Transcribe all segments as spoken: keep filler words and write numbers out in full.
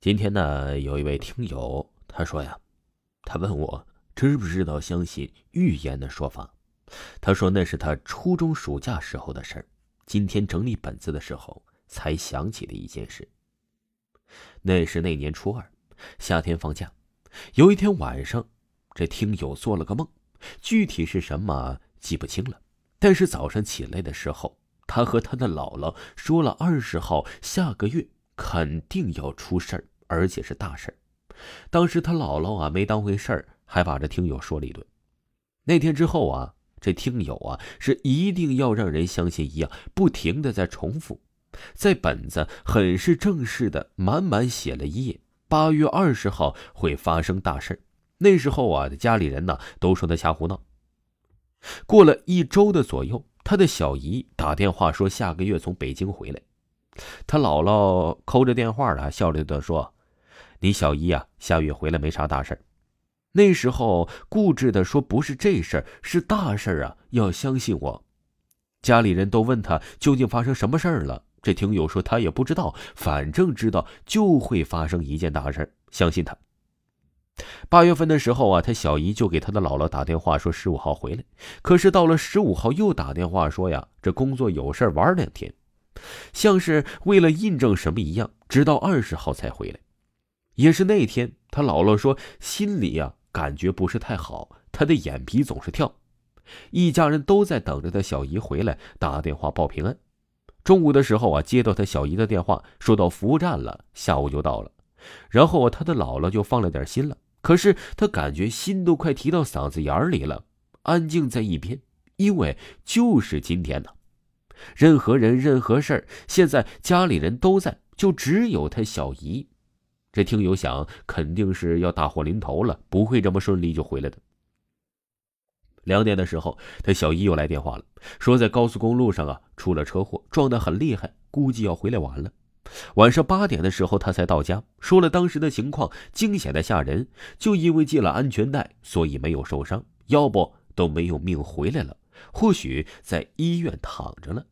今天呢，有一位听友他说呀，他问我知不知道相信预言的说法。他说那是他初中暑假时候的事儿，今天整理本子的时候才想起的一件事。那是那年初二，夏天放假，有一天晚上，这听友做了个梦，具体是什么记不清了，但是早上起来的时候，他和他的姥姥说了二十号下个月肯定要出事儿，而且是大事儿。当时他姥姥啊没当回事儿，还把这听友说了一顿。那天之后啊，这听友啊是一定要让人相信一样，不停的在重复，在本子很是正式的满满写了一页，八月二十号会发生大事。那时候啊，家里人呢都说他瞎胡闹。过了一周的左右，他的小姨打电话说下个月从北京回来。他姥姥抠着电话了，笑着的说：“你小姨啊，下月回来没啥大事。”那时候固执的说不是这事儿，是大事啊，要相信我。家里人都问他究竟发生什么事儿了，这听友说他也不知道，反正知道就会发生一件大事，相信他。八月份的时候啊，他小姨就给他的姥姥打电话说十五号回来，可是到了十五号又打电话说呀，这工作有事玩两天，像是为了印证什么一样，直到二十号才回来。也是那天，他姥姥说心里啊感觉不是太好，他的眼皮总是跳。一家人都在等着他小姨回来打电话报平安。中午的时候啊，接到他小姨的电话，说到服务站了，下午就到了。然后他的姥姥就放了点心了，可是他感觉心都快提到嗓子眼里了，安静在一边，因为就是今天呢，任何人任何事儿，现在家里人都在，就只有他小姨。这听友想肯定是要大祸临头了，不会这么顺利就回来的。两点的时候，他小姨又来电话了，说在高速公路上啊出了车祸，撞得很厉害，估计要回来晚了。晚上八点的时候他才到家，说了当时的情况，惊险的吓人，就因为系了安全带，所以没有受伤，要不都没有命回来了，或许在医院躺着了。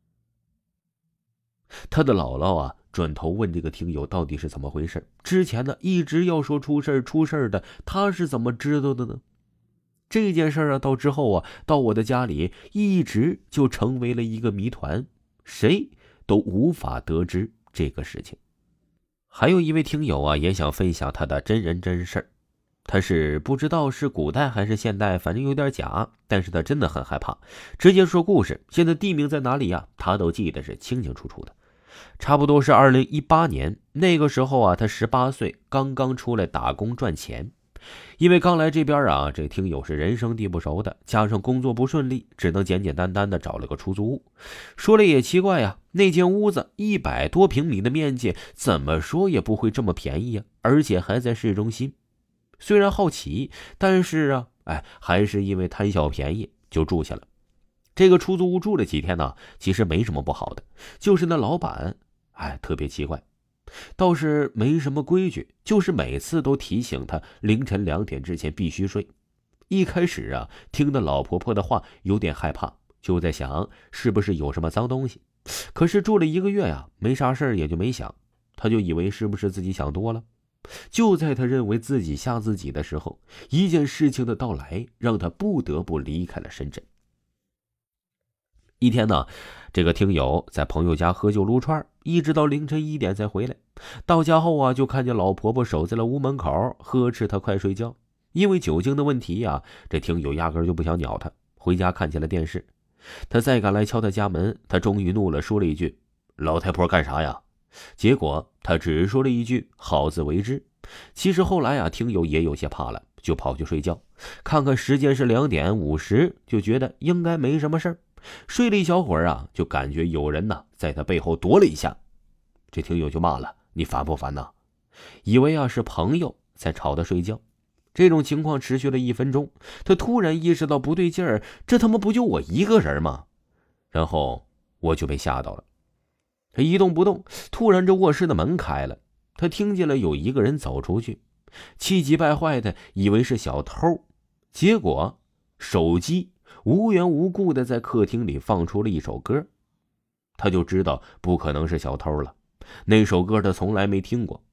他的姥姥啊转头问这个听友到底是怎么回事，之前呢一直要说出事出事的，他是怎么知道的呢？这件事啊到之后啊到我的家里一直就成为了一个谜团，谁都无法得知这个事情。还有一位听友啊也想分享他的真人真事儿，他是不知道是古代还是现代，反正有点假，但是他真的很害怕，直接说故事，现在地名在哪里呀、啊、他都记得是清清楚楚的。差不多是二零一八年，那个时候啊他十八岁，刚刚出来打工赚钱。因为刚来这边啊，这听友是人生地不熟的，加上工作不顺利，只能简简单单的找了个出租屋。说了也奇怪呀、啊，那间屋子一百多平米的面积，怎么说也不会这么便宜啊，而且还在市中心。虽然好奇，但是啊，哎，还是因为贪小便宜就住下了。这个出租屋住了几天呢，其实没什么不好的，就是那老板，哎，特别奇怪。倒是没什么规矩，就是每次都提醒他凌晨两点之前必须睡。一开始啊，听的老婆婆的话有点害怕，就在想是不是有什么脏东西。可是住了一个月呀、啊，没啥事也就没想，他就以为是不是自己想多了。就在他认为自己吓自己的时候，一件事情的到来让他不得不离开了深圳。一天呢，这个听友在朋友家喝酒撸串，一直到凌晨一点才回来。到家后啊，就看见老婆婆守在了屋门口，呵斥他快睡觉。因为酒精的问题呀，这听友压根就不想鸟他，回家看起了电视。他再敢来敲他家门，他终于怒了，说了一句：“老太婆干啥呀？”结果他只说了一句：“好自为之。”其实后来啊，听友也有些怕了，就跑去睡觉。看看时间是两点五十，就觉得应该没什么事儿。睡了一小会儿啊，就感觉有人呢在他背后夺了一下。这听友就骂了：“你烦不烦呐？”以为啊是朋友在吵他睡觉。这种情况持续了一分钟，他突然意识到不对劲儿，这他妈不就我一个人吗？然后我就被吓到了。他一动不动，突然这卧室的门开了，他听见了有一个人走出去，气急败坏的以为是小偷，结果手机无缘无故的在客厅里放出了一首歌，他就知道不可能是小偷了。那首歌他从来没听过，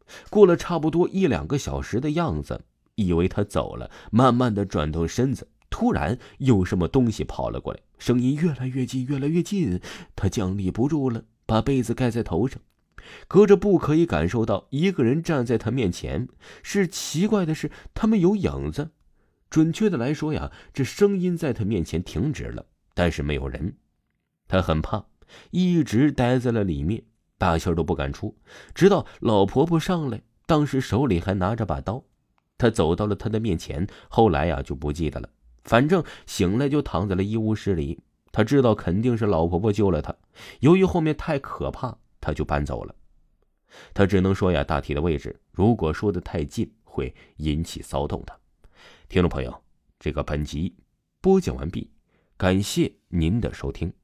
过了差不多一两个小时的样子，以为他走了，慢慢的转动身子，突然有什么东西跑了过来，声音越来越近，越来越近。他僵立不住了，把被子盖在头上，隔着布可以感受到一个人站在他面前。是奇怪的是，他们有影子。准确的来说呀，这声音在他面前停止了，但是没有人。他很怕，一直待在了里面，大气都不敢出，直到老婆婆上来，当时手里还拿着把刀。他走到了她的面前，后来呀就不记得了，反正醒来就躺在了医务室里。他知道肯定是老婆婆救了他，由于后面太可怕，他就搬走了。他只能说呀，大体的位置如果说的太近会引起骚动的。听众朋友，这个本集播讲完毕，感谢您的收听。